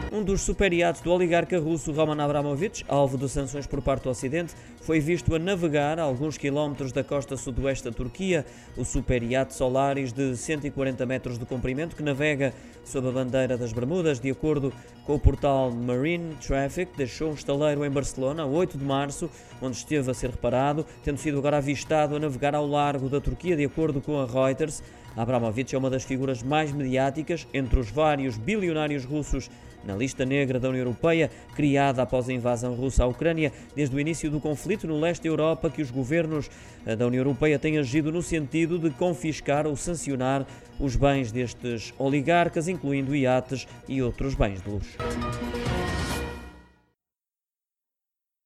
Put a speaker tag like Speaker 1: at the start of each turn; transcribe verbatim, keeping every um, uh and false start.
Speaker 1: Um dos superiatos do oligarca russo Roman Abramovich, alvo de sanções por parte do Ocidente, foi visto a navegar a alguns quilómetros da costa sudoeste da Turquia. O superiate Solaris, de cento e quarenta metros de comprimento, que navega sob a bandeira das Bermudas, de acordo com o portal Marine Traffic, deixou um estaleiro em Barcelona a oito de março, onde esteve a ser reparado, tendo sido agora avistado a navegar ao largo da Turquia, de acordo com a Reuters. Abramovich é uma das figuras mais mediáticas entre os vários bilionários russos na lista negra da União Europeia, criada após a invasão russa à Ucrânia, desde o início do conflito no leste da Europa, que os governos da União Europeia têm agido no sentido de confiscar ou sancionar os bens destes oligarcas, incluindo iates e outros bens de luxo.